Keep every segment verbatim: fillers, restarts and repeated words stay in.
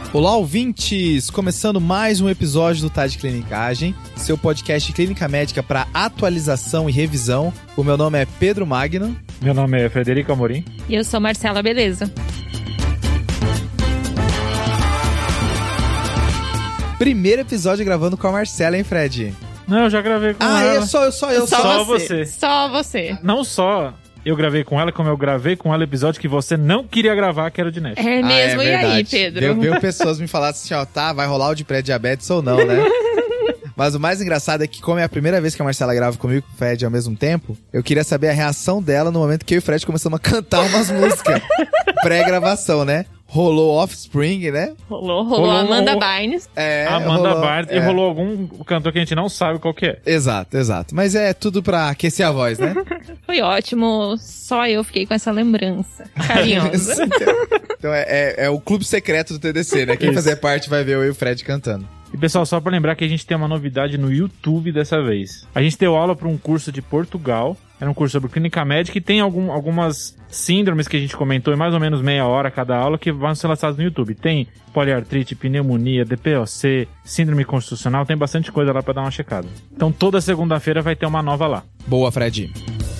Olá, ouvintes! Começando mais um episódio do Tá de Clinicagem, seu podcast de clínica médica para atualização e revisão. O meu nome é Pedro Magno. Meu nome é Frederico Amorim. E eu sou Marcela Beleza. Primeiro episódio gravando com a Marcela, hein, Fred? Não, eu já gravei com ah, ela. Ah, é só eu, só eu. Só, só você. você. Só você. Não só eu gravei com ela, como eu gravei com ela episódio que você não queria gravar, que era o de Nash. É mesmo, ah, é e aí, Pedro? Veio, veio pessoas me falar assim, ó, tá, vai rolar o de pré-diabetes ou não, né? Mas o mais engraçado é que, como é a primeira vez que a Marcela grava comigo e o Fred ao mesmo tempo, eu queria saber a reação dela no momento que eu e o Fred começamos a cantar umas músicas pré-gravação, né? Rolou Offspring, né? Rolou, rolou, rolou Amanda um... Bynes. É, Amanda rolou, Bynes. É. E rolou algum cantor que a gente não sabe qual que é. Exato, exato. Mas é tudo pra aquecer a voz, né? Foi ótimo. Só eu fiquei com essa lembrança carinhosa. Então é, é, é o clube secreto do T D C, né? Quem Isso. fazer parte vai ver eu e o Fred cantando. E pessoal, só pra lembrar que a gente tem uma novidade no YouTube dessa vez. A gente deu aula pra um curso de Portugal. Era um curso sobre clínica médica e tem algum, algumas síndromes que a gente comentou em mais ou menos meia hora cada aula que vão ser lançadas no YouTube. Tem poliartrite, pneumonia, D P O C, síndrome constitucional, tem bastante coisa lá pra dar uma checada. Então toda segunda-feira vai ter uma nova lá. Boa, Fred.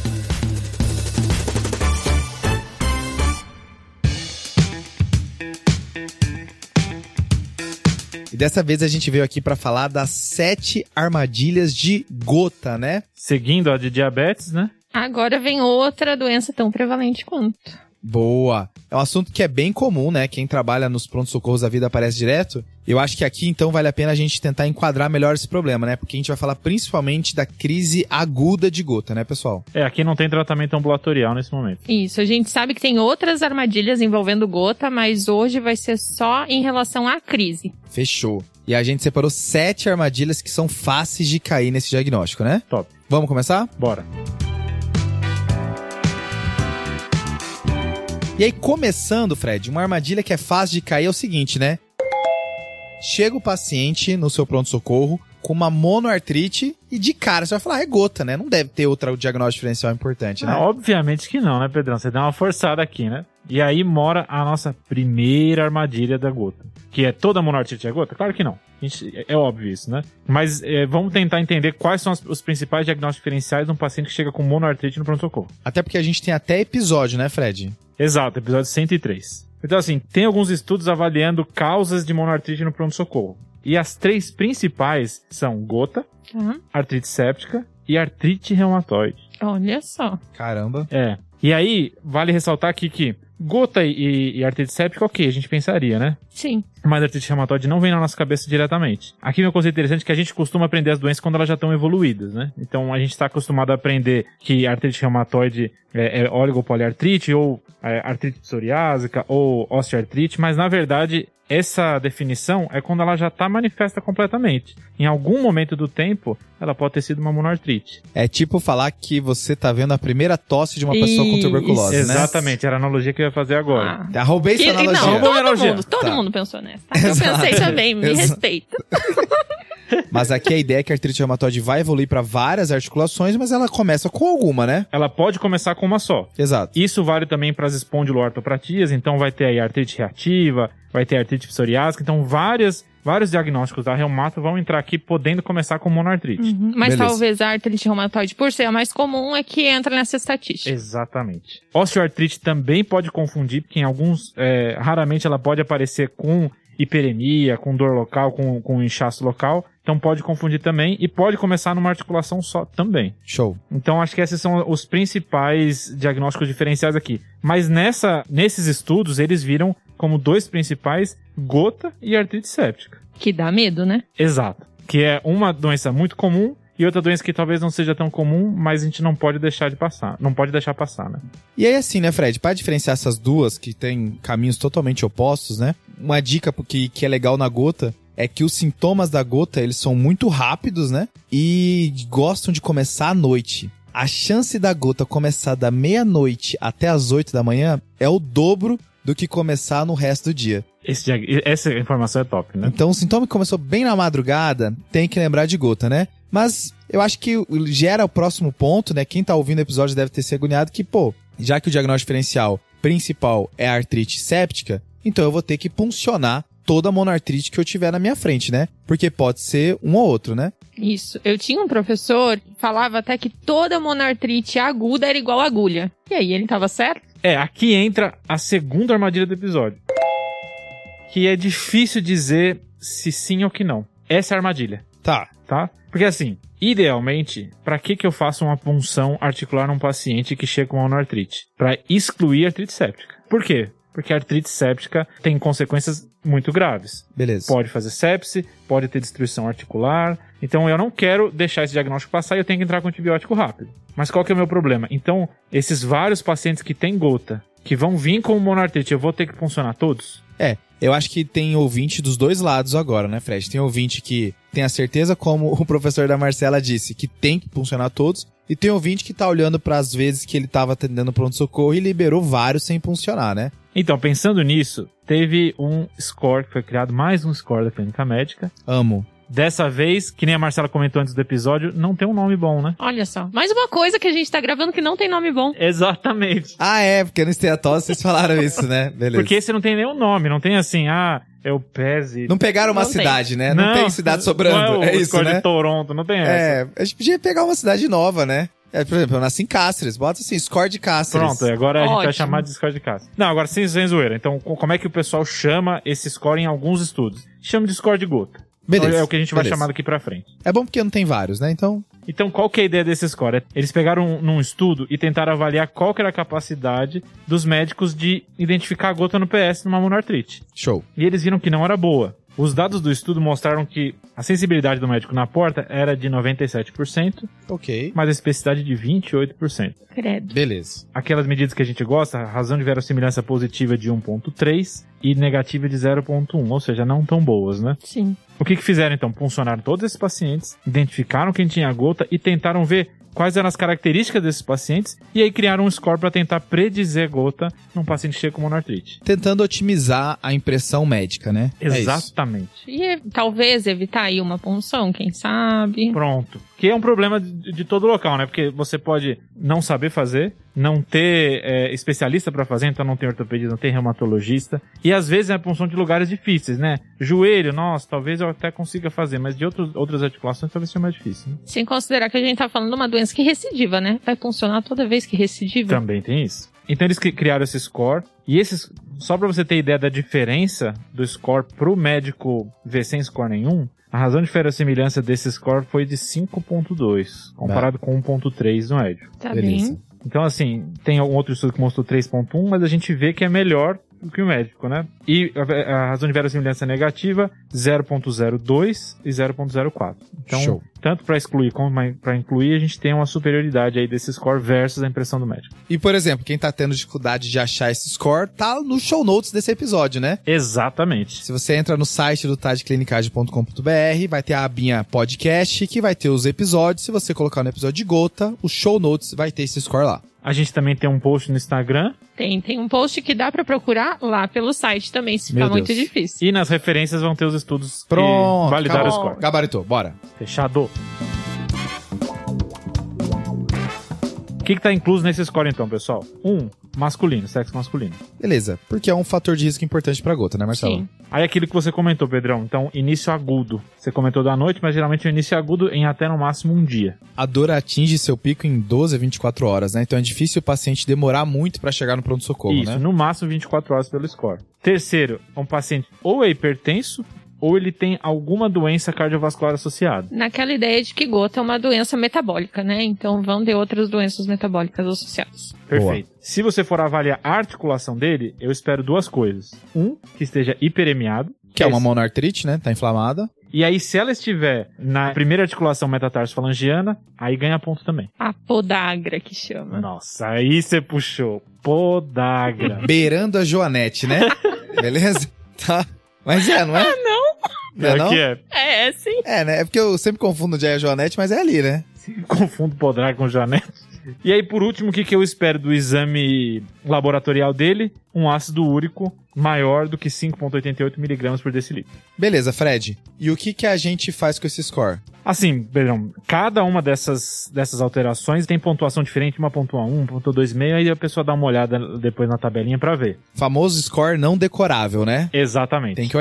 E dessa vez a gente veio aqui pra falar das sete armadilhas de gota, né? Seguindo a de diabetes, né? Agora vem outra doença tão prevalente quanto. Boa! É um assunto que é bem comum, né? Quem trabalha nos pronto-socorros da vida aparece direto. Eu acho que aqui, então, vale a pena a gente tentar enquadrar melhor esse problema, né? Porque a gente vai falar principalmente da crise aguda de gota, né, pessoal? É, aqui não tem tratamento ambulatorial nesse momento. Isso, a gente sabe que tem outras armadilhas envolvendo gota, mas hoje vai ser só em relação à crise. Fechou. E a gente separou sete armadilhas que são fáceis de cair nesse diagnóstico, né? Top. Vamos começar? Bora. E aí, começando, Fred, uma armadilha que é fácil de cair é o seguinte, né? Chega o paciente no seu pronto-socorro com uma monoartrite e de cara você vai falar, ah, é gota, né? Não deve ter outro diagnóstico diferencial importante, né? Ah, obviamente que não, né, Pedrão? Você dá uma forçada aqui, né? E aí mora a nossa primeira armadilha da gota. Que é toda monoartrite é gota? Claro que não. A gente, é, é óbvio isso, né? Mas é, vamos tentar entender quais são as, os principais diagnósticos diferenciais de um paciente que chega com monoartrite no pronto-socorro. Até porque a gente tem até episódio, né, Fred? Exato, episódio cento e três. Então, assim, tem alguns estudos avaliando causas de monoartrite no pronto-socorro. E as três principais são gota, uhum. artrite séptica e artrite reumatoide. Olha só. Caramba. É. E aí, vale ressaltar aqui que gota e, e artrite séptica, ok, a gente pensaria, né? Sim. Mas a artrite reumatoide não vem na nossa cabeça diretamente. Aqui uma coisa interessante é que a gente costuma aprender as doenças quando elas já estão evoluídas, né? Então a gente está acostumado a aprender que a artrite reumatoide é, é oligopoliartrite, ou é, artrite psoriásica, ou osteoartrite, mas na verdade essa definição é quando ela já está manifesta completamente. Em algum momento do tempo, ela pode ter sido uma monoartrite. É tipo falar que você tá vendo a primeira tosse de uma pessoa com tuberculose, Isso, né? Exatamente, era a analogia que eu ia fazer agora. Ah. Roubei essa analogia. Não, todo analogia. mundo, todo tá. mundo pensou nessa. Tá? Eu pensei também, me Exato. respeita. Mas aqui a ideia é que a artrite reumatoide vai evoluir para várias articulações, mas ela começa com alguma, né? Ela pode começar com uma só. Exato. Isso vale também para as espondiloartropatias, então vai ter aí artrite reativa, vai ter artrite psoriásica, então várias, vários diagnósticos da reumato vão entrar aqui podendo começar com monoartrite. Uhum. Mas Beleza. talvez a artrite reumatoide, por ser a mais comum, é que entra nessa estatística. Exatamente. Osteoartrite também pode confundir, porque em alguns, é, raramente ela pode aparecer com hiperemia, com dor local, com, com inchaço local, então pode confundir também e pode começar numa articulação só também. Show. Então acho que esses são os principais diagnósticos diferenciais aqui. Mas nessa, nesses estudos eles viram como dois principais gota e artrite séptica. Que dá medo, né? Exato. Que é uma doença muito comum e outra doença que talvez não seja tão comum, mas a gente não pode deixar de passar. Não pode deixar passar, né? E aí assim, né, Fred? Para diferenciar essas duas, que têm caminhos totalmente opostos, né? Uma dica que, que é legal na gota é que os sintomas da gota, eles são muito rápidos, né? E gostam de começar à noite. A chance da gota começar da meia-noite até as oito da manhã é o dobro do que começar no resto do dia. Esse, essa informação é top, né? Então, o sintoma que começou bem na madrugada, tem que lembrar de gota, né? Mas eu acho que gera o próximo ponto, né? Quem tá ouvindo o episódio deve ter se agoniado que, pô, já que o diagnóstico diferencial principal é a artrite séptica, então eu vou ter que puncionar toda a monoartrite que eu tiver na minha frente, né? Porque pode ser um ou outro, né? Isso. Eu tinha um professor que falava até que toda monoartrite aguda era igual agulha. E aí, ele tava certo? É, aqui entra a segunda armadilha do episódio. Que é difícil dizer se sim ou que não. Essa é a armadilha. Tá. Tá? Porque assim, idealmente, pra que que eu faço uma punção articular num paciente que chega com monoartrite? Pra excluir a artrite séptica. Por quê? Porque a artrite séptica tem consequências muito graves. Beleza. Pode fazer sepse, pode ter destruição articular. Então eu não quero deixar esse diagnóstico passar e eu tenho que entrar com antibiótico rápido. Mas qual que é o meu problema? Então, esses vários pacientes que têm gota, que vão vir com monoartrite, eu vou ter que funcionar todos? É, eu acho que tem ouvinte dos dois lados agora, né, Fred? Tem ouvinte que tem a certeza, como o professor da Marcela disse, que tem que funcionar todos. E tem ouvinte que tá olhando para as vezes que ele tava atendendo pronto-socorro e liberou vários sem funcionar, né? Então, pensando nisso, teve um score que foi criado, mais um score da clínica médica. Amo. Dessa vez, que nem a Marcela comentou antes do episódio, não tem um nome bom, né? Olha só. Mais uma coisa que a gente tá gravando que não tem nome bom. Exatamente. Ah, é, porque no Esteatose vocês falaram isso, né? Beleza. Porque esse não tem nenhum nome, não tem assim, ah, é o P E S. Não pegaram uma Não tem. cidade, né? Não, tem cidade sobrando, Não é, o é isso, score né? de Toronto, não tem essa. É, a gente podia pegar uma cidade nova, né? É, por exemplo, eu nasci em Cáceres, bota assim, score de Cáceres. Pronto, agora a gente vai Ótimo. chamar de score de casa. Não, agora sem, sem zoeira. Então, co- como é que o pessoal chama esse score em alguns estudos? Chama de score de gota. Beleza. Então, é o que a gente vai beleza. chamar daqui pra frente. É bom porque não tem vários, né? Então, Então, qual que é a ideia desse score? Eles pegaram um, num estudo e tentaram avaliar qual que era a capacidade dos médicos de identificar a gota no P S numa monoartrite. show. E eles viram que não era boa. Os dados do estudo mostraram que a sensibilidade do médico na porta era de noventa e sete por cento, Ok. mas a especificidade de vinte e oito por cento. Credo. Beleza. Aquelas medidas que a gente gosta, a razão de verossimilhança positiva de um ponto três e negativa de zero ponto um, ou seja, não tão boas, né? Sim. O que que fizeram então? Puncionaram todos esses pacientes, identificaram quem tinha gota e tentaram ver quais eram as características desses pacientes e aí criaram um score para tentar predizer gota num paciente cheio com monoartrite. Tentando otimizar a impressão médica, né? É isso. Exatamente. E eh, talvez evitar aí uma punção, quem sabe? Pronto. Que é um problema de, de todo local, né? Porque você pode não saber fazer, não ter é, especialista pra fazer, então não tem ortopedista, não tem reumatologista. E às vezes é a punção de lugares difíceis, né? Joelho, nossa, talvez eu até consiga fazer, mas de outros, outras articulações talvez seja mais difícil. Né? Sem considerar que a gente tá falando de uma doença que recidiva, né? Vai funcionar toda vez que recidiva. Também tem isso. Então eles cri- criaram esse score, e esses, só pra você ter ideia da diferença do score pro médico ver sem score nenhum, a razão de verossimilhança desse score foi de cinco ponto dois, comparado com um ponto três no médio. Tá Beleza. bem. Então, assim, tem um outro estudo que mostrou três ponto um, mas a gente vê que é melhor do que o médico, né? E a, a razão de verossimilhança negativa, zero ponto zero dois e zero ponto zero quatro. Então, Show. tanto para excluir como para incluir, a gente tem uma superioridade aí desse score versus a impressão do médico. E, por exemplo, quem tá tendo dificuldade de achar esse score, tá no show notes desse episódio, né? Exatamente. Se você entra no site do tade clinicagem ponto com ponto b r, vai ter a abinha podcast, que vai ter os episódios. Se você colocar no episódio de gota, o show notes vai ter esse score lá. A gente também tem um post no Instagram Tem, tem um post que dá pra procurar lá pelo site também, se Meu ficar muito Deus. difícil. e nas referências vão ter os estudos Pronto, que validaram o acabou. score. Gabaritou, bora. Fechado. O que que tá incluso nesse score então, pessoal? Um, masculino, sexo masculino. Beleza, porque é um fator de risco importante pra gota, né, Marcelo? Sim. Aí aquilo que você comentou, Pedrão, então início agudo. Você comentou da noite, mas geralmente o início agudo em até no máximo um dia. A dor atinge seu pico em doze a vinte e quatro horas, né? Então é difícil o paciente demorar muito pra chegar no pronto-socorro, Isso, né? no máximo vinte e quatro horas pelo score. Terceiro, um paciente ou é hipertenso ou ele tem alguma doença cardiovascular associada. Naquela ideia de que gota é uma doença metabólica, né? Então vão ter outras doenças metabólicas associadas. Perfeito. Se você for avaliar a articulação dele, eu espero duas coisas. Um, que esteja hiperemiado. Que é uma esse- monoartrite, né? Tá inflamada. E aí, se ela estiver na primeira articulação metatarsofalangiana, aí ganha ponto também. A podagra que chama. Nossa, aí você puxou. Podagra. Beirando a Joanete, né? Beleza? Tá. Mas é, não é? Ah, não. Não é, É não? que é. É, é sim. É, né? É porque eu sempre confundo onde é a Joanete, mas é ali, né? Confundo podagra com janete. E aí, por último, o que, que eu espero do exame laboratorial dele? Um ácido úrico maior do que cinco vírgula oitenta e oito miligramas por decilitro. Beleza, Fred. E o que que a gente faz com esse score? Assim, Pedrão, cada uma dessas, dessas alterações tem pontuação diferente, uma pontua um, uma pontua dois vírgula cinco, aí a pessoa dá uma olhada depois na tabelinha pra ver. Famoso score não decorável, né? Exatamente. Tem que olhar.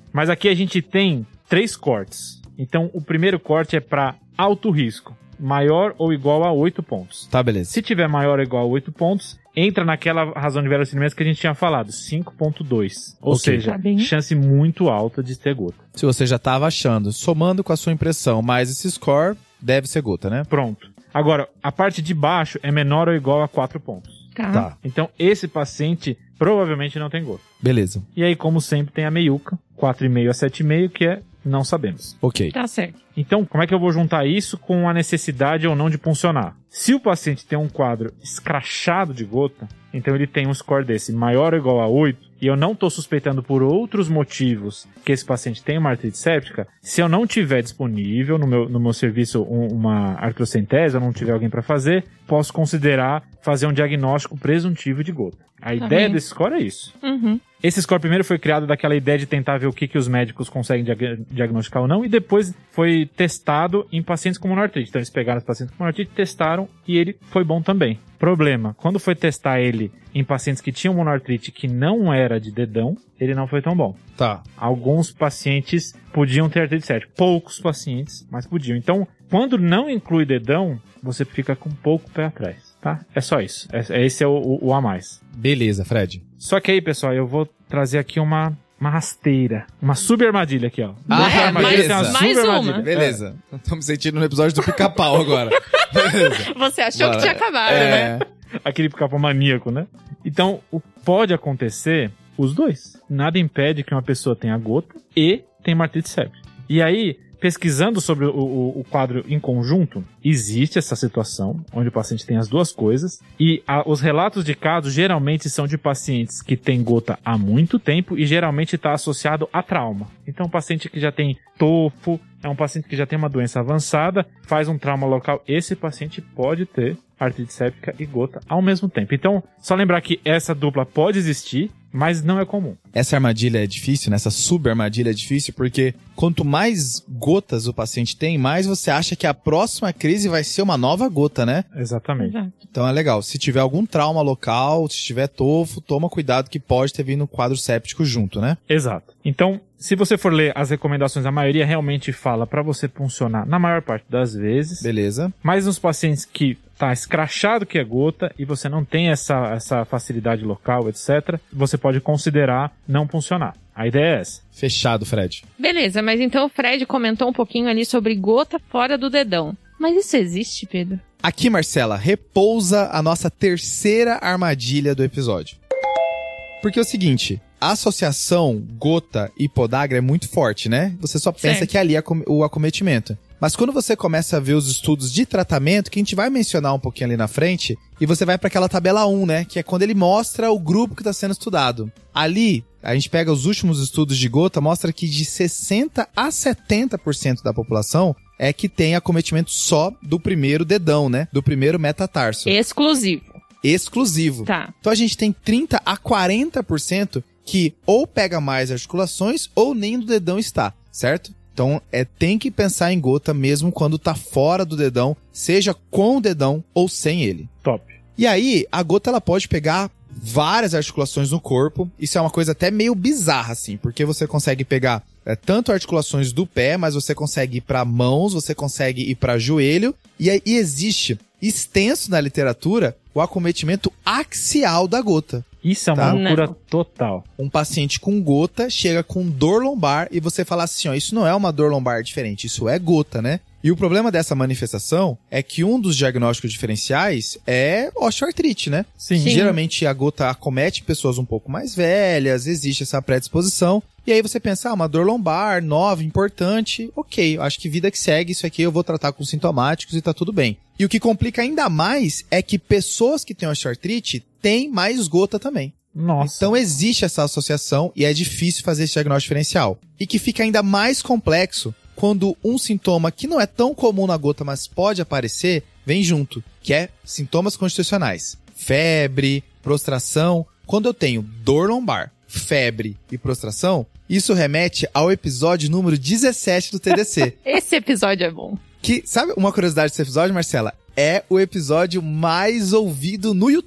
Mas aqui a gente tem três cortes. Então, o primeiro corte é para alto risco. Maior ou igual a oito pontos. Tá, beleza. Se tiver maior ou igual a oito pontos, entra naquela razão de verossimilhança que a gente tinha falado, cinco ponto dois. Ou Ok. seja, Tá bem. chance muito alta de ter gota. Se você já tava achando, somando com a sua impressão, mais esse score, deve ser gota, né? Pronto. Agora, a parte de baixo é menor ou igual a quatro pontos. Tá. Tá, Então, esse paciente provavelmente não tem gota. beleza. E aí, como sempre, tem a meiuca, quatro vírgula cinco a sete vírgula cinco, que é não sabemos. Ok. Tá certo. Então, como é que eu vou juntar isso com a necessidade ou não de puncionar? Se o paciente tem um quadro escrachado de gota, então ele tem um score desse maior ou igual a oito, e eu não estou suspeitando por outros motivos que esse paciente tem uma artrite séptica, se eu não tiver disponível no meu, no meu serviço um, uma artrocentese, eu não tiver alguém para fazer, posso considerar fazer um diagnóstico presuntivo de gota. A ideia bem. desse score é isso. Uhum. Esse score primeiro foi criado daquela ideia de tentar ver o que, que os médicos conseguem diag- diagnosticar ou não, e depois foi testado em pacientes com monoartrite. Então eles pegaram os pacientes com monoartrite, testaram e ele foi bom também. Problema, quando foi testar ele em pacientes que tinham monoartrite que não era de dedão, ele não foi tão bom. Tá. Alguns pacientes podiam ter artrite séptica, poucos pacientes, mas podiam. Então, quando não inclui dedão, você fica com um pouco pé atrás, tá? É só isso. É, esse é o, o, o a mais. Beleza, Fred. Só que aí, pessoal, eu vou trazer aqui uma, uma rasteira. Uma sub-armadilha aqui, ó. Ah, Duas é? armadilhas, Beleza. tem uma Mais sub-armadilha. uma. Beleza. Estamos sentindo no episódio do pica-pau agora. Beleza. Você achou Bora. que tinha acabado, né? É. É, aquele pica-pau maníaco, né? Então, o pode acontecer os dois. Nada impede que uma pessoa tenha gota e tenha uma artrite séptica. E aí, pesquisando sobre o, o, o quadro em conjunto, existe essa situação, onde o paciente tem as duas coisas, e a, os relatos de casos geralmente são de pacientes que têm gota há muito tempo e geralmente está associado a trauma. Então, um paciente que já tem tofo, é um paciente que já tem uma doença avançada, faz um trauma local, esse paciente pode ter artrite séptica e gota ao mesmo tempo. Então, só lembrar que essa dupla pode existir, mas não é comum. Essa armadilha é difícil, né? Essa sub-armadilha é difícil, porque quanto mais gotas o paciente tem, mais você acha que a próxima crise vai ser uma nova gota, né? Exatamente. Exato. Então é legal. Se tiver algum trauma local, se tiver tofo, toma cuidado que pode ter vindo um quadro séptico junto, né? Exato. Então, se você for ler as recomendações, a maioria realmente fala para você puncionar na maior parte das vezes. Beleza. Mas nos pacientes que tá escrachado que é gota e você não tem essa, essa facilidade local, etcétera, você pode considerar não puncionar. A ideia é essa. Fechado, Fred. Beleza, mas então o Fred comentou um pouquinho ali sobre gota fora do dedão. Mas isso existe, Pedro? Aqui, Marcela, repousa a nossa terceira armadilha do episódio. Porque é o seguinte, a associação gota e podagra é muito forte, né? Você só pensa Certo. que ali é o acometimento. Mas quando você começa a ver os estudos de tratamento, que a gente vai mencionar um pouquinho ali na frente, e você vai para aquela tabela um, né? Que é quando ele mostra o grupo que está sendo estudado. Ali, a gente pega os últimos estudos de gota, mostra que de sessenta a setenta por cento da população é que tem acometimento só do primeiro dedão, né? Do primeiro metatarso. Exclusivo. Exclusivo. Tá. Então a gente tem trinta a quarenta por cento que ou pega mais articulações ou nem no dedão está, certo? Então é, tem que pensar em gota mesmo quando tá fora do dedão, seja com o dedão ou sem ele. Top. E aí, a gota ela pode pegar várias articulações no corpo. Isso é uma coisa até meio bizarra, assim, porque você consegue pegar é, tanto articulações do pé, mas você consegue ir para mãos, você consegue ir para joelho. E aí existe, extenso na literatura, o acometimento axial da gota. Isso é uma Tá. loucura Não. total. Um paciente com gota chega com dor lombar e você fala assim, ó, isso não é uma dor lombar diferente, isso é gota, né? E o problema dessa manifestação é que um dos diagnósticos diferenciais é osteoartrite, né? Sim. Sim. Geralmente a gota acomete pessoas um pouco mais velhas, existe essa predisposição. E aí você pensa, ah, uma dor lombar nova, importante, ok, acho que vida que segue, isso aqui eu vou tratar com sintomáticos e tá tudo bem. E o que complica ainda mais é que pessoas que têm osteoartrite têm mais gota também. Nossa. Então existe essa associação e é difícil fazer esse diagnóstico diferencial. E que fica ainda mais complexo quando um sintoma que não é tão comum na gota, mas pode aparecer, vem junto, que é sintomas constitucionais. Febre, prostração. Quando eu tenho dor lombar, febre e prostração, isso remete ao episódio número dezessete do T D C. Esse episódio é bom. Que, sabe uma curiosidade desse episódio, Marcela? É o episódio mais ouvido no YouTube.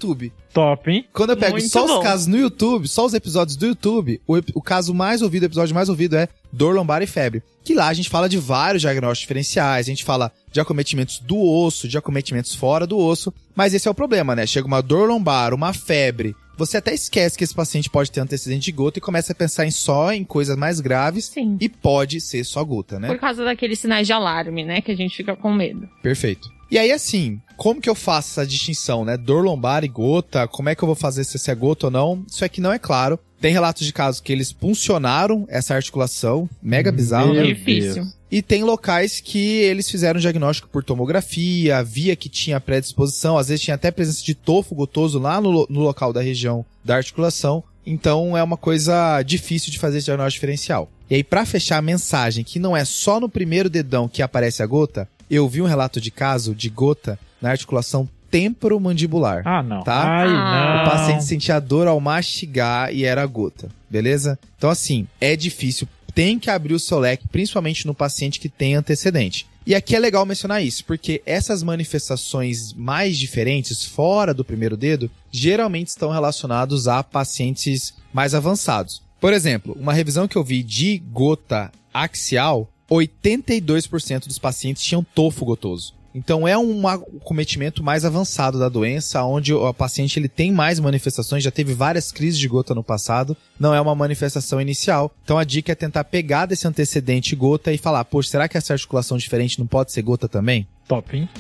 Top, hein? Quando eu pego Muito só bom. os casos no YouTube, só os episódios do YouTube, o, ep- o caso mais ouvido, o episódio mais ouvido é dor lombar e febre. Que lá a gente fala de vários diagnósticos diferenciais, a gente fala de acometimentos do osso, de acometimentos fora do osso, mas esse é o problema, né? Chega uma dor lombar, uma febre, você até esquece que esse paciente pode ter antecedente de gota e começa a pensar em só em coisas mais graves. Sim. E pode ser só gota, né? Por causa daqueles sinais de alarme, né? Que a gente fica com medo. Perfeito. E aí, assim, como que eu faço essa distinção, né? Dor lombar e gota, como é que eu vou fazer se é gota ou não? Isso aqui não é claro. Tem relatos de casos que eles puncionaram essa articulação, mega bizarro, Meu né? Difícil. E tem locais que eles fizeram diagnóstico por tomografia, via que tinha predisposição, às vezes tinha até presença de tofo gotoso lá no, lo- no local da região da articulação. Então é uma coisa difícil de fazer esse diagnóstico diferencial. E aí, pra fechar a mensagem, que não é só no primeiro dedão que aparece a gota, eu vi um relato de caso de gota na articulação temporomandibular. Ah, não. Tá? Ai, Ah. não. O paciente sentia dor ao mastigar e era gota, beleza? Então, assim, é difícil. Tem que abrir o seu leque, principalmente no paciente que tem antecedente. E aqui é legal mencionar isso, porque essas manifestações mais diferentes, fora do primeiro dedo, geralmente estão relacionados a pacientes mais avançados. Por exemplo, uma revisão que eu vi de gota axial, oitenta e dois por cento dos pacientes tinham tofo gotoso. Então é um acometimento mais avançado da doença, onde o paciente ele tem mais manifestações, já teve várias crises de gota no passado, não é uma manifestação inicial. Então a dica é tentar pegar desse antecedente gota e falar, poxa, será que essa articulação diferente não pode ser gota também? Top, hein?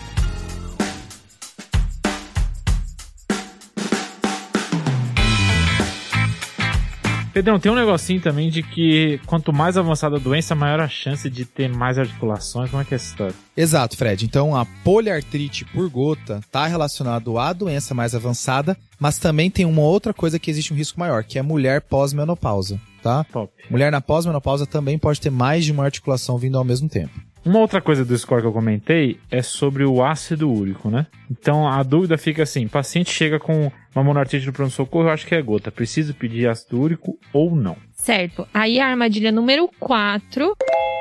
Pedrão, tem um negocinho também de que quanto mais avançada a doença, maior a chance de ter mais articulações. Como é que é essa história? Exato, Fred. Então a poliartrite por gota está relacionado à doença mais avançada, mas também tem uma outra coisa que existe um risco maior, que é mulher pós-menopausa, tá? Top. Mulher na pós-menopausa também pode ter mais de uma articulação vindo ao mesmo tempo. Uma outra coisa do score que eu comentei é sobre o ácido úrico, né? Então a dúvida fica assim, paciente chega com uma monoartrite no pronto-socorro, eu acho que é gota, preciso pedir ácido úrico ou não? Certo. Aí a armadilha número quatro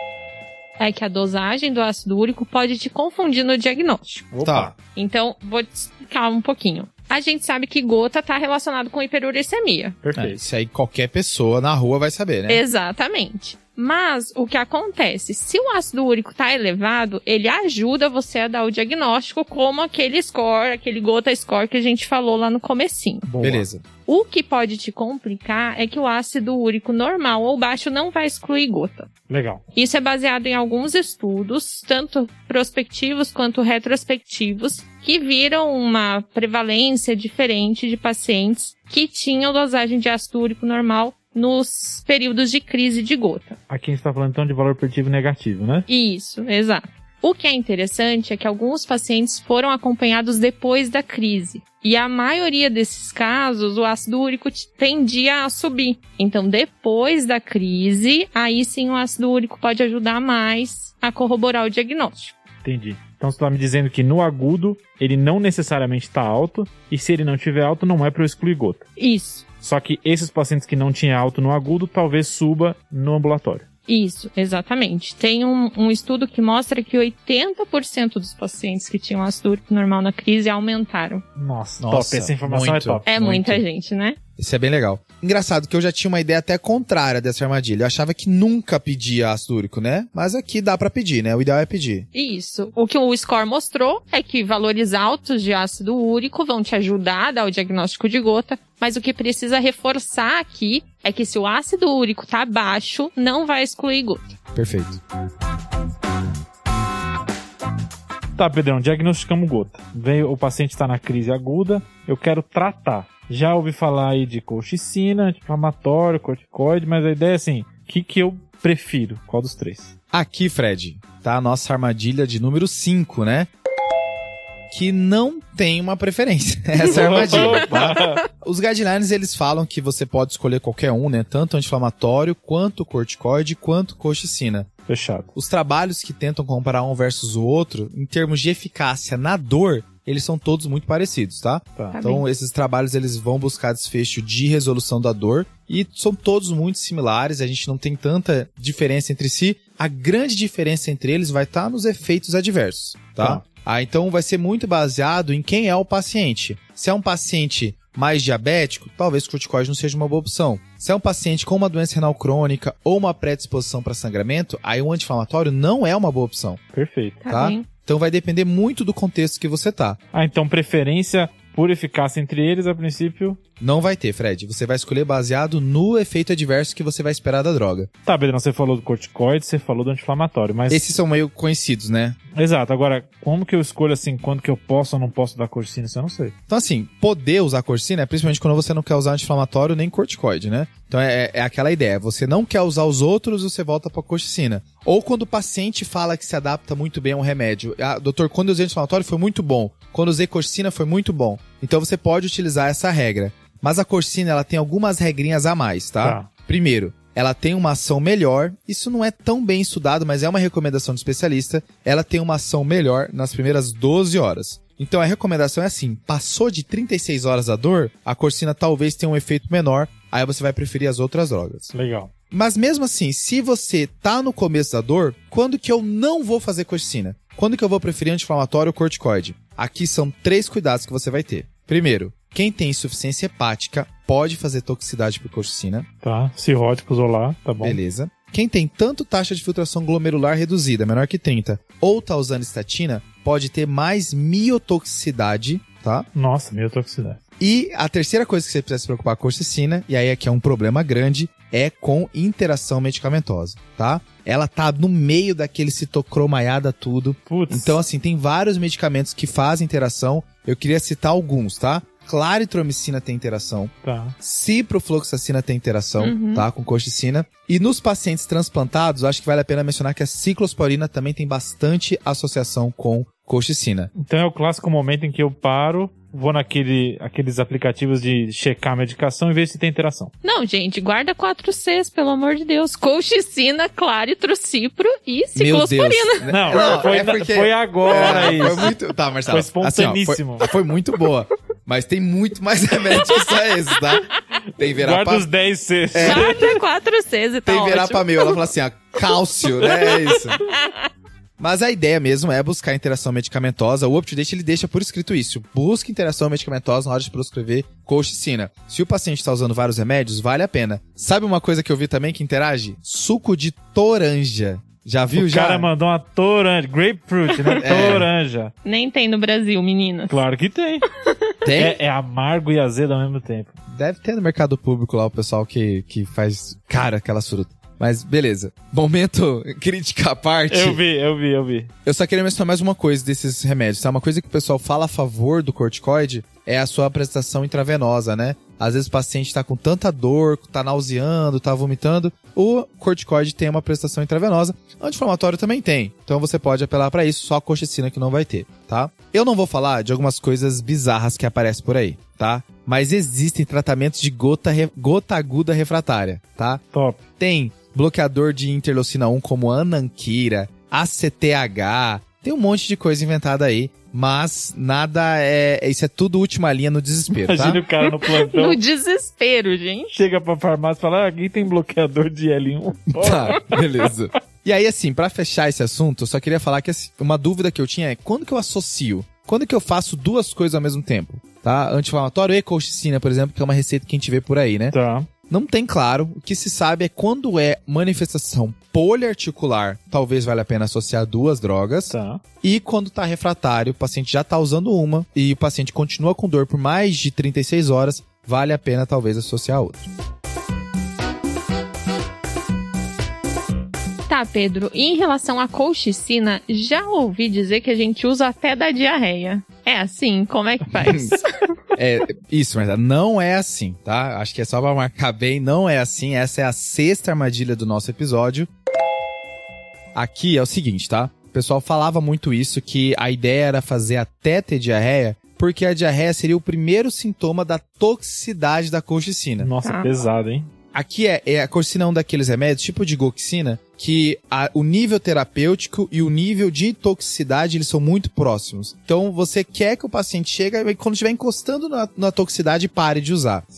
é que a dosagem do ácido úrico pode te confundir no diagnóstico. Tá. Então, vou te explicar um pouquinho. A gente sabe que gota está relacionado com hiperuricemia. Perfeito. É, isso aí qualquer pessoa na rua vai saber, né? Exatamente. Mas o que acontece? Se o ácido úrico está elevado, ele ajuda você a dar o diagnóstico, como aquele score, aquele gota score que a gente falou lá no comecinho. Boa. Beleza. O que pode te complicar é que o ácido úrico normal ou baixo não vai excluir gota. Legal. Isso é baseado em alguns estudos, tanto prospectivos quanto retrospectivos, que viram uma prevalência diferente de pacientes que tinham dosagem de ácido úrico normal nos períodos de crise de gota. Aqui a gente está falando então de valor preditivo negativo, né? Isso, exato. O que é interessante é que alguns pacientes foram acompanhados depois da crise. E a maioria desses casos, o ácido úrico tendia a subir. Então, depois da crise, aí sim o ácido úrico pode ajudar mais a corroborar o diagnóstico. Entendi. Então você está me dizendo que no agudo ele não necessariamente está alto, e se ele não tiver alto não é para eu excluir gota. Isso. Só que esses pacientes que não tinham alto no agudo, talvez suba no ambulatório. Isso, exatamente. Tem um, um estudo que mostra que oitenta por cento dos pacientes que tinham ácido úrico normal na crise aumentaram. Nossa, Nossa, top. Essa informação muito. é top. É Muito. muita gente, né? Isso é bem legal. Engraçado que eu já tinha uma ideia até contrária dessa armadilha. Eu achava que nunca pedia ácido úrico, né? Mas aqui dá pra pedir, né? O ideal é pedir. Isso. O que o score mostrou é que valores altos de ácido úrico vão te ajudar a dar o diagnóstico de gota, mas o que precisa reforçar aqui é que se o ácido úrico tá baixo, não vai excluir gota. Perfeito. Tá, Pedrão, diagnosticamos gota. Veio, o paciente está na crise aguda, eu quero tratar. Já ouvi falar aí de colchicina, anti-inflamatório, corticoide, mas a ideia é assim, o que, que eu prefiro? Qual dos três? Aqui, Fred, tá a nossa armadilha de número cinco, né? Que não tem uma preferência. Essa é a armadilha. Tá? Os guidelines, eles falam que você pode escolher qualquer um, né? Tanto anti-inflamatório, quanto corticoide, quanto colchicina. Fechado. Os trabalhos que tentam comparar um versus o outro, em termos de eficácia na dor, eles são todos muito parecidos, tá? Tá. Tá Então, bem. esses trabalhos, eles vão buscar desfecho de resolução da dor e são todos muito similares, a gente não tem tanta diferença entre si. A grande diferença entre eles vai estar nos efeitos adversos, tá? Tá. Ah, então vai ser muito baseado em quem é o paciente. Se é um paciente mais diabético, talvez o corticoide não seja uma boa opção. Se é um paciente com uma doença renal crônica ou uma predisposição para sangramento, aí o anti-inflamatório não é uma boa opção. Perfeito. Tá, Tá? bem. Então vai depender muito do contexto que você tá. Ah, então preferência por eficácia entre eles, a princípio... Não vai ter, Fred. Você vai escolher baseado no efeito adverso que você vai esperar da droga. Tá, Pedrão, você falou do corticoide, você falou do anti-inflamatório, mas... Esses são meio conhecidos, né? Exato. Agora, como que eu escolho, assim, quando que eu posso ou não posso dar corticina? Isso eu não sei. Então, assim, poder usar corticina é principalmente quando você não quer usar anti-inflamatório nem corticoide, né? Então, é, é aquela ideia. Você não quer usar os outros, você volta pra corticina. Ou quando o paciente fala que se adapta muito bem a um remédio. Ah, doutor, quando eu usei anti-inflamatório foi muito bom. Quando eu usei corticina foi muito bom. Então, você pode utilizar essa regra. Mas a corticina, ela tem algumas regrinhas a mais, tá? Tá. Primeiro, ela tem uma ação melhor. Isso não é tão bem estudado, mas é uma recomendação do especialista. Ela tem uma ação melhor nas primeiras doze horas. Então a recomendação é assim, passou de trinta e seis horas a dor, a corticina talvez tenha um efeito menor, aí você vai preferir as outras drogas. Legal. Mas mesmo assim, se você tá no começo da dor, quando que eu não vou fazer corticina? Quando que eu vou preferir anti-inflamatório ou corticoide? Aqui são três cuidados que você vai ter. Primeiro, quem tem insuficiência hepática pode fazer toxicidade por corticina. Tá. Cirróticos ou lá, tá bom. Beleza. Quem tem tanto taxa de filtração glomerular reduzida, menor que trinta, ou tá usando estatina, pode ter mais miotoxicidade, tá? Nossa, miotoxicidade. E a terceira coisa que você precisa se preocupar com a corticina, e aí aqui é um problema grande, é com interação medicamentosa, tá? Ela tá no meio daquele citocromaiada tudo. Putz. Então, assim, tem vários medicamentos que fazem interação. Eu queria citar alguns, tá? Claritromicina tem interação. Tá. Ciprofloxacina tem interação, Uhum. tá? Com corticina. E nos pacientes transplantados, acho que vale a pena mencionar que a ciclosporina também tem bastante associação com corticina. Então é o clássico momento em que eu paro, vou naquele aqueles aplicativos de checar a medicação e ver se tem interação. Não, gente, guarda quatro Cs, pelo amor de Deus. Colchicina, claritro, cipro e ciclosporina. Não, Não, foi, é porque- foi agora É, isso. foi muito... Tá, Marcelo. Foi espontaníssimo. Assim, ó, foi, foi muito boa. Mas tem muito mais remédio que só esse, tá? Tem Guarda verapa... os dez Cs. Guarda quatro Cs e tá Tem ótimo. verapamil. Ela fala assim, ó, cálcio, né? É isso. Mas a ideia mesmo é buscar interação medicamentosa. O UpToDate, ele deixa por escrito isso. Busque interação medicamentosa na hora de prescrever colchicina. Se o paciente está usando vários remédios, vale a pena. Sabe uma coisa que eu vi também que interage? Suco de toranja. Já viu, O já? cara mandou uma toranja, grapefruit, né? É. Toranja. Nem tem no Brasil, meninas. Claro que tem. Tem? É, é amargo e azedo ao mesmo tempo. Deve ter no mercado público lá o pessoal que, que faz cara aquelas frutas. Mas beleza. Momento crítica à parte. Eu vi, eu vi, eu vi. Eu só queria mencionar mais uma coisa desses remédios, tá? Uma coisa que o pessoal fala a favor do corticoide é a sua apresentação intravenosa, né? Às vezes o paciente tá com tanta dor, tá nauseando, tá vomitando. O corticoide tem uma apresentação intravenosa. Anti-inflamatório também tem. Então você pode apelar pra isso, só a colchicina que não vai ter, tá? Eu não vou falar de algumas coisas bizarras que aparecem por aí, tá? Mas existem tratamentos de gota, re... gota aguda refratária, tá? Top. Tem bloqueador de interleucina um como ananquira, A C T H, tem um monte de coisa inventada aí, mas nada é... Isso é tudo última linha no desespero, Imagina tá? o cara no plantão, No desespero, gente. chega pra farmácia e fala, ah, aqui tem bloqueador de L um. Tá, beleza. E aí, assim, pra fechar esse assunto, eu só queria falar que assim, uma dúvida que eu tinha é quando que eu associo? Quando que eu faço duas coisas ao mesmo tempo? Tá? Anti-inflamatório e colchicina, por exemplo, que é uma receita que a gente vê por aí, né? Tá. Não tem claro. O que se sabe é quando é manifestação poliarticular, talvez valha a pena associar duas drogas. Tá. E quando tá refratário, o paciente já tá usando uma e o paciente continua com dor por mais de trinta e seis horas, vale a pena talvez associar a outra. Tá, Pedro, e em relação à colchicina, já ouvi dizer que a gente usa até da diarreia. É assim? Como é que faz? É, isso, mas não é assim, tá? Acho que é só pra marcar bem, não é assim. Essa é a sexta armadilha do nosso episódio. Aqui é o seguinte, tá? O pessoal falava muito isso, que a ideia era fazer até ter diarreia, porque a diarreia seria o primeiro sintoma da toxicidade da colchicina. Nossa, Ah. pesado, hein? Aqui é, é a colchicina é um daqueles remédios, tipo de goxina, que a- o nível terapêutico e o nível de toxicidade, eles são muito próximos. Então, você quer que o paciente chegue e quando estiver encostando na, na toxicidade, pare de usar. Sei.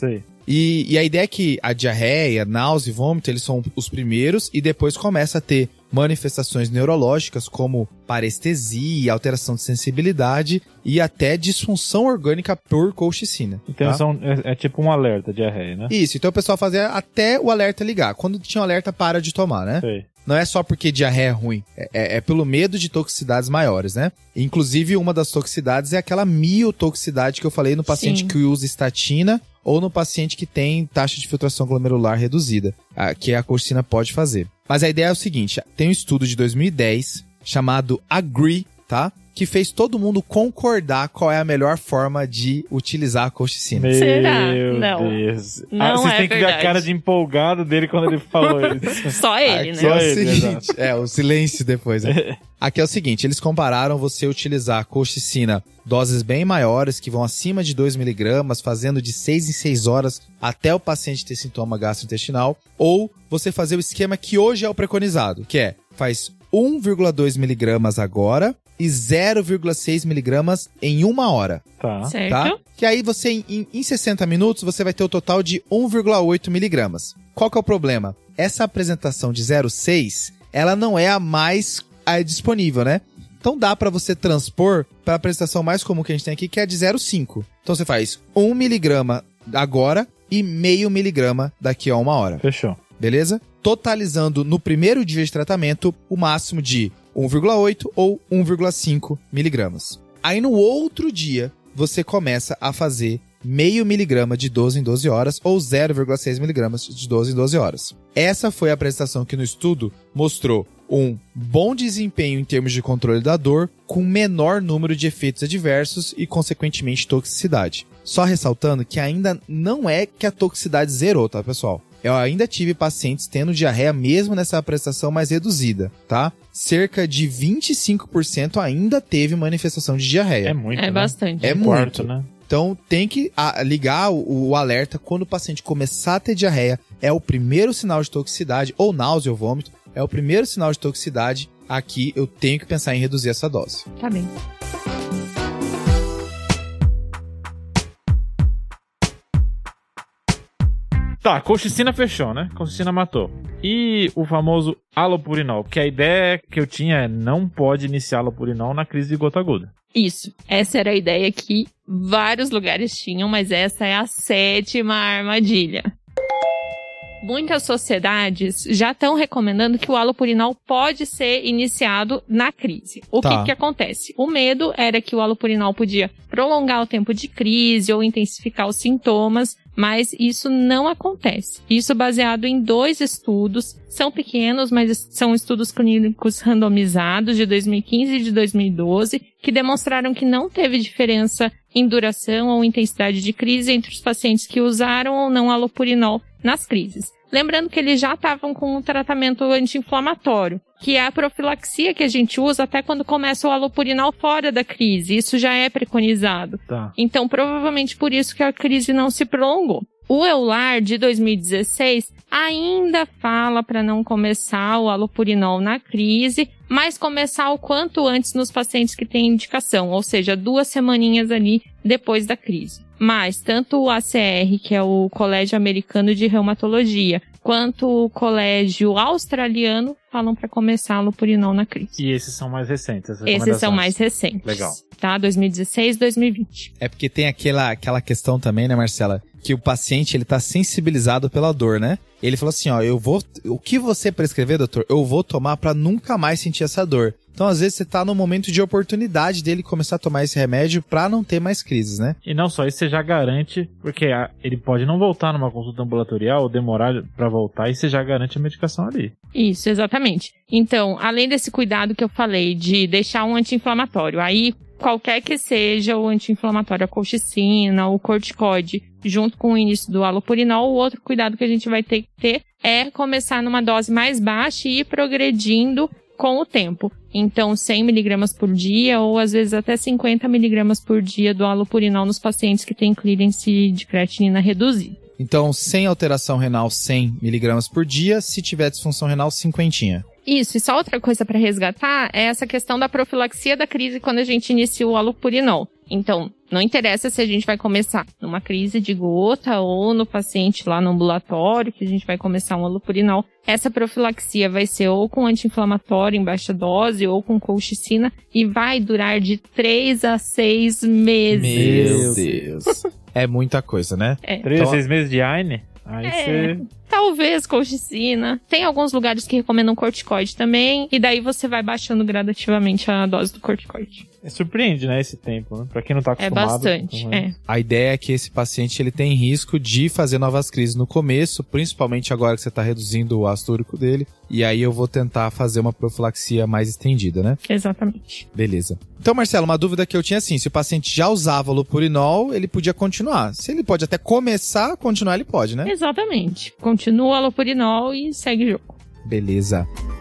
E, e a ideia é que a diarreia, náusea e vômito, eles são os primeiros e depois começa a ter manifestações neurológicas como parestesia, alteração de sensibilidade e até disfunção orgânica por colchicina. Então tá? são, é, é tipo um alerta, diarreia, né? Isso, então o pessoal fazia até o alerta ligar. Quando tinha um alerta, para de tomar, né? Sei. Não é só porque diarreia é ruim, é, é, é pelo medo de toxicidades maiores, né? Inclusive, uma das toxicidades é aquela miotoxicidade que eu falei no paciente Sim. que usa estatina ou no paciente que tem taxa de filtração glomerular reduzida, a, que a colchicina pode fazer. Mas a ideia é o seguinte, tem um estudo de dois mil e dez chamado AGREE, tá? Que fez todo mundo concordar qual é a melhor forma de utilizar a colchicina. Meu Será? Não. Deus. Não ah, vocês é têm que ver a verdade. cara de empolgado dele quando ele falou isso. Só ele, Aqui né? é o Só ele, seguinte, é, o silêncio depois, né? Aqui é o seguinte, eles compararam você utilizar a colchicina doses bem maiores, que vão acima de dois miligramas, fazendo de seis em seis horas até o paciente ter sintoma gastrointestinal, ou você fazer o esquema que hoje é o preconizado, que é, faz um vírgula dois miligramas agora e zero vírgula seis miligramas em uma hora. Tá. Certo? Tá? Que aí você, em, em sessenta minutos, você vai ter o total de um vírgula oito miligramas. Qual que é o problema? Essa apresentação de zero vírgula seis, ela não é a mais a, disponível, né? Então dá pra você transpor para a apresentação mais comum que a gente tem aqui, que é de zero vírgula cinco. Então você faz um miligrama agora e meio miligrama daqui a uma hora. Fechou. Beleza? Totalizando no primeiro dia de tratamento o máximo de um vírgula oito ou um vírgula cinco miligramas. Aí no outro dia, você começa a fazer meio miligrama de doze em doze horas ou zero vírgula seis miligramas de doze em doze horas. Essa foi a apresentação que no estudo mostrou um bom desempenho em termos de controle da dor, com menor número de efeitos adversos e, consequentemente, toxicidade. Só ressaltando que ainda não é que a toxicidade zerou, tá, pessoal? Eu ainda tive pacientes tendo diarreia mesmo nessa apresentação mais reduzida, tá? Cerca de vinte e cinco por cento ainda teve manifestação de diarreia. É muito, É né? bastante. É Um muito. quarto, né? Então tem que a, ligar o, o alerta quando o paciente começar a ter diarreia. É o primeiro sinal de toxicidade, ou náusea ou vômito. É o primeiro sinal de toxicidade. Aqui eu tenho que pensar em reduzir essa dose. Tá bem. Tá, colchicina fechou, né? Colchicina matou. E o famoso halopurinol, que a ideia que eu tinha é não pode iniciar halopurinol na crise de gota aguda. Isso. Essa era a ideia que vários lugares tinham, mas essa é a sétima armadilha. Muitas sociedades já estão recomendando que o halopurinol pode ser iniciado na crise. O Tá. que que acontece? O medo era que o halopurinol podia prolongar o tempo de crise ou intensificar os sintomas, mas isso não acontece. Isso baseado em dois estudos, são pequenos, mas são estudos clínicos randomizados de dois mil e quinze e de dois mil e doze, que demonstraram que não teve diferença em duração ou intensidade de crise entre os pacientes que usaram ou não halopurinol nas crises. Lembrando que eles já estavam com um tratamento anti-inflamatório, que é a profilaxia que a gente usa até quando começa o halopurinol fora da crise. Isso já é preconizado. Tá. Então, provavelmente por isso que a crise não se prolongou. O EULAR de dois mil e dezesseis ainda fala para não começar o halopurinol na crise, mas começar o quanto antes nos pacientes que têm indicação, ou seja, duas semaninhas ali depois da crise. Mas tanto o A C R, que é o Colégio Americano de Reumatologia, quanto o Colégio Australiano falam para começar o halopurinol na crise. E esses são mais recentes, essas Esses são recomendações. mais recentes. Legal. Tá? dois mil e dezesseis, dois mil e vinte. É porque tem aquela, aquela questão também, né, Marcela? Que o paciente, ele tá sensibilizado pela dor, né? Ele falou assim, ó, eu vou... O que você prescrever, doutor, eu vou tomar pra nunca mais sentir essa dor. Então, às vezes, você tá no momento de oportunidade dele começar a tomar esse remédio pra não ter mais crises, né? E não só isso, você já garante, porque a- ele pode não voltar numa consulta ambulatorial ou demorar pra voltar, e você já garante a medicação ali. Isso, exatamente. Então, além desse cuidado que eu falei de deixar um anti-inflamatório, aí qualquer que seja o anti-inflamatório, a colchicina, o corticoide, junto com o início do halopurinol, o outro cuidado que a gente vai ter que ter é começar numa dose mais baixa e ir progredindo com o tempo. Então, cem miligramas por dia ou às vezes até cinquenta miligramas por dia do halopurinol nos pacientes que têm clearance de creatinina reduzida. Então, sem alteração renal, cem miligramas por dia. Se tiver disfunção renal, cinquentinha. Isso, e só outra coisa para resgatar é essa questão da profilaxia da crise quando a gente inicia o halopurinol. Então, não interessa se a gente vai começar numa crise de gota ou no paciente lá no ambulatório, que a gente vai começar um halopurinol. Essa profilaxia vai ser ou com anti-inflamatório em baixa dose ou com colchicina e vai durar de três a seis meses. Meu Deus. É muita coisa, né? É. Três, Então, seis meses de A I N E? Aí É. você... Talvez colchicina. Tem alguns lugares que recomendam corticoide também. E daí você vai baixando gradativamente a dose do corticoide. É, surpreende, né, esse tempo, né? Pra quem não tá É acostumado. bastante, Uhum. é. A ideia é que esse paciente ele tem risco de fazer novas crises no começo, principalmente agora que você está reduzindo o ácido úrico dele. E aí eu vou tentar fazer uma profilaxia mais estendida, né? Exatamente. Beleza. Então, Marcelo, uma dúvida que eu tinha assim, se o paciente já usava halopurinol, ele podia continuar. Se ele pode até começar a continuar, ele pode, né? Exatamente. Continua o halopurinol e segue o jogo. Beleza.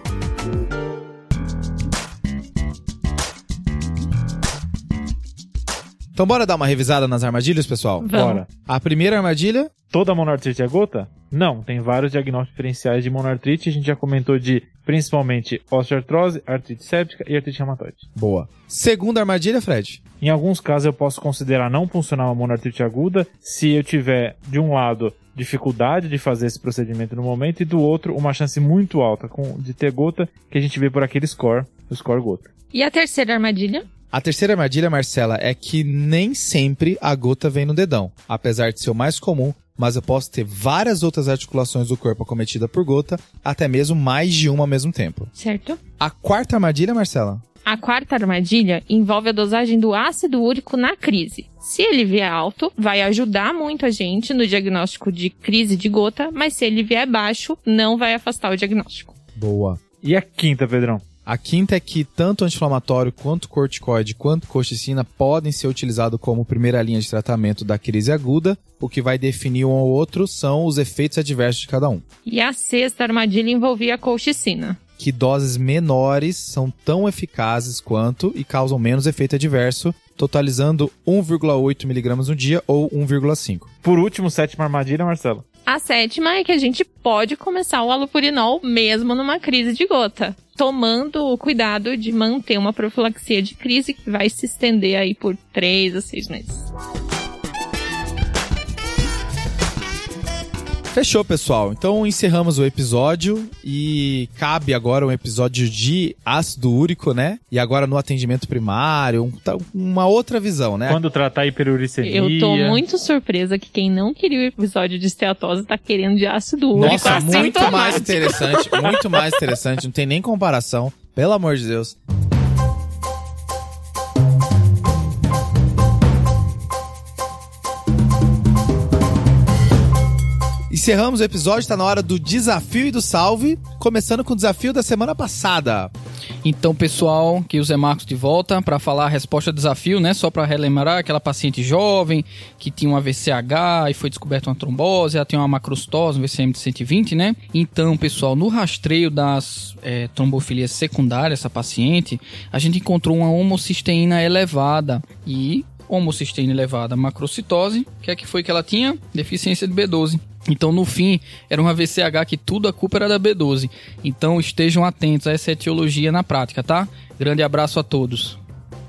Então bora dar uma revisada nas armadilhas, pessoal? Vamos. Bora. A primeira armadilha... Toda monoartrite é gota? Não, tem vários diagnósticos diferenciais de monoartrite. A gente já comentou de, principalmente, osteoartrose, artrite séptica e artrite reumatoide. Boa. Segunda armadilha, Fred? Em alguns casos eu posso considerar não funcionar uma monoartrite aguda se eu tiver, de um lado, dificuldade de fazer esse procedimento no momento e do outro, uma chance muito alta com, de ter gota, que a gente vê por aquele score, o score gota. E a terceira armadilha? A terceira armadilha, Marcela, é que nem sempre a gota vem no dedão. Apesar de ser o mais comum, mas eu posso ter várias outras articulações do corpo acometidas por gota, até mesmo mais de uma ao mesmo tempo. Certo. A quarta armadilha, Marcela? A quarta armadilha envolve a dosagem do ácido úrico na crise. Se ele vier alto, vai ajudar muito a gente no diagnóstico de crise de gota, mas se ele vier baixo, não vai afastar o diagnóstico. Boa. E a quinta, Pedrão? A quinta é que tanto anti-inflamatório quanto corticoide quanto colchicina podem ser utilizados como primeira linha de tratamento da crise aguda. O que vai definir um ou outro são os efeitos adversos de cada um. E a sexta armadilha envolvia a colchicina. Que doses menores são tão eficazes quanto e causam menos efeito adverso, totalizando um vírgula oito miligramas no dia ou um vírgula cinco. Por último, sétima armadilha, Marcelo. A sétima é que a gente pode começar o halopurinol mesmo numa crise de gota, tomando o cuidado de manter uma profilaxia de crise que vai se estender aí por três a seis meses. Fechou, pessoal. Então encerramos o episódio e cabe agora um episódio de ácido úrico, né? E agora no atendimento primário, um, uma outra visão, né? Quando tratar a hiperuricemia. Eu tô muito surpresa que quem não queria o episódio de esteatose tá querendo de ácido úrico. Nossa, muito assintomático. mais interessante, muito mais interessante, não tem nem comparação, pelo amor de Deus. Encerramos o episódio, está na hora do desafio e do salve, começando com o desafio da semana passada. Então, pessoal, que o Zé Marcos de volta para falar a resposta ao desafio, né? Só para relembrar, aquela paciente jovem que tinha um A V C H e foi descoberta uma trombose, ela tem uma macrocitose, um V C M de cento e vinte, né? Então, pessoal, no rastreio das é, trombofilias secundárias, essa paciente, a gente encontrou uma homocisteína elevada e homocisteína elevada, macrocitose. O que é que foi que ela tinha? Deficiência de B doze. Então, no fim, era um A V C H que tudo a culpa era da B doze. Então, estejam atentos a essa etiologia na prática, tá? Grande abraço a todos.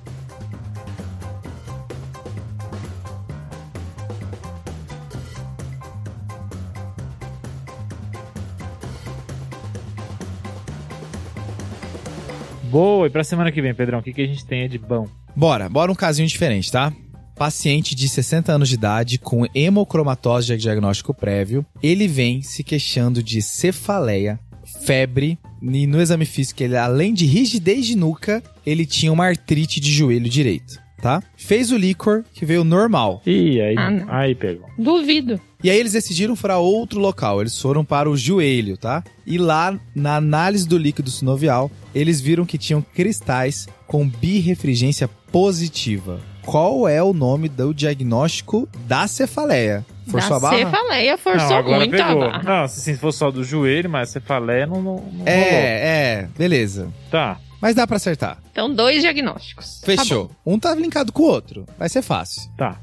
Boa, e pra semana que vem, Pedrão, o que, que a gente tem aí de bom? Bora, bora um casinho diferente, tá? Paciente de sessenta anos de idade com hemocromatose de diagnóstico prévio. Ele vem se queixando de cefaleia, febre, e no exame físico, ele, além de rigidez de nuca, ele tinha uma artrite de joelho direito, tá? Fez o líquor, que veio normal. Ih, aí, Ah, não. aí pegou. Duvido. E aí eles decidiram furar outro local, eles foram para o joelho, tá? E lá, na análise do líquido sinovial, eles viram que tinham cristais com birrefringência positiva. Qual é o nome do diagnóstico da cefaleia? Forçou da a barra? cefaleia forçou não, agora muito pegou. a barra. Não, se fosse só do joelho, mas cefaleia não, não, não rolou. É, é, beleza. Tá. Mas dá pra acertar. Então, dois diagnósticos. Fechou. Tá bom. Um tá linkado com o outro. Vai ser fácil. Tá.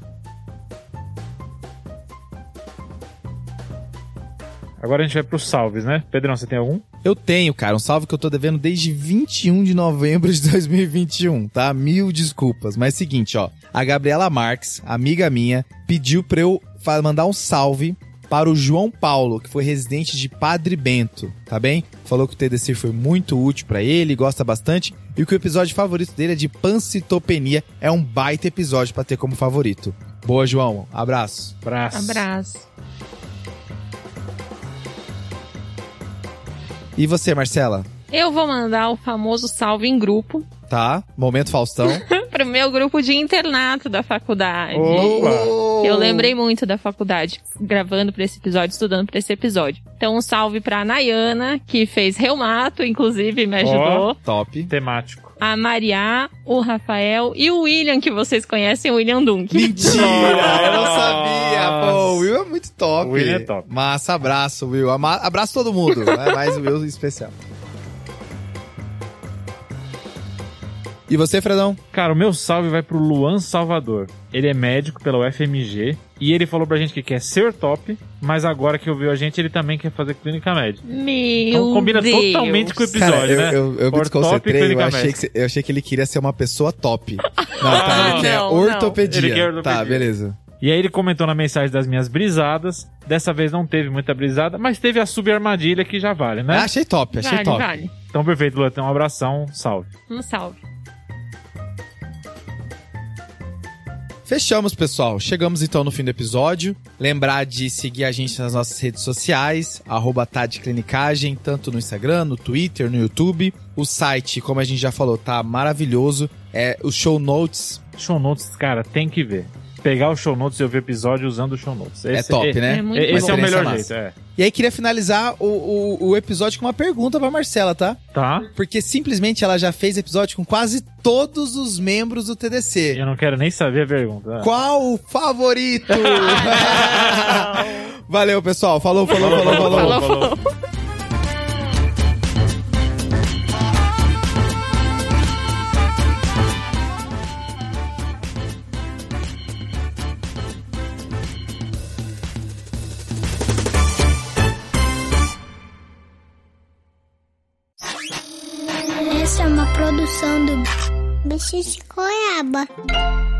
Agora a gente vai pros salves, né? Pedrão, você tem algum? Eu tenho, cara, um salve que eu tô devendo desde vinte e um de novembro de dois mil e vinte e um, tá? Mil desculpas. Mas seguinte, ó. A Gabriela Marques, amiga minha, pediu pra eu mandar um salve para o João Paulo, que foi residente de Padre Bento, tá bem? Falou que o T D C foi muito útil pra ele, gosta bastante, e que o episódio favorito dele é de pancitopenia. É um baita episódio pra ter como favorito. Boa, João. Abraço. Abraço. Abraço. E você, Marcela? Eu vou mandar o famoso salve em grupo. Tá, momento Faustão. Pro meu grupo de internato da faculdade. Opa! Eu lembrei muito da faculdade, gravando pra esse episódio, estudando pra esse episódio. Então, um salve pra Nayana, que fez reumato, inclusive, me ajudou. Oh, top. Temático. A Maria, o Rafael e o William, que vocês conhecem, o William Dunk. Mentira! Eu não sabia! Pô, o Will é muito top. O Will é top. Massa, abraço, Will. Ama- abraço todo mundo, né? Mais o Will em especial. E você, Fredão? Cara, o meu salve vai pro Luan Salvador. Ele é médico pela U F M G e ele falou pra gente que quer ser top, mas agora que ouviu a gente, ele também quer fazer clínica médica. Meu Então combina Deus. totalmente com o episódio, Cara, eu, né? eu, eu me Or desconcentrei, top e eu clínica achei, que, médica. cê- eu achei que ele queria ser uma pessoa top. Não, tá, ele quer não, ortopedia. não. Ele quer ortopedia. Tá, beleza. E aí ele comentou na mensagem das minhas brisadas. Dessa vez não teve muita brisada, mas teve a subarmadilha que já vale, né? Ah, achei top, achei Vale, top. vale. Então perfeito, Luan. Então um abração, salve. Um salve. Fechamos, pessoal. Chegamos então no fim do episódio. Lembrar de seguir a gente nas nossas redes sociais, arroba Tadclinicagem, tanto no Instagram, no Twitter, no YouTube. O site, como a gente já falou, tá maravilhoso. É os show notes. Show notes, cara, tem que ver. Pegar o show notes e ouvir o episódio usando o show notes. É top, né? É muito Esse Uma é o experiência melhor massa. jeito, é. E aí queria finalizar o, o, o episódio com uma pergunta pra Marcela, tá? Tá? Porque simplesmente ela já fez episódio com quase todos os membros do T D C. Eu não quero nem saber a pergunta. Qual o favorito? Valeu, pessoal. Falou, falou, falou, falou. Falou, falou. Essa é uma produção do Bicho de Goiaba.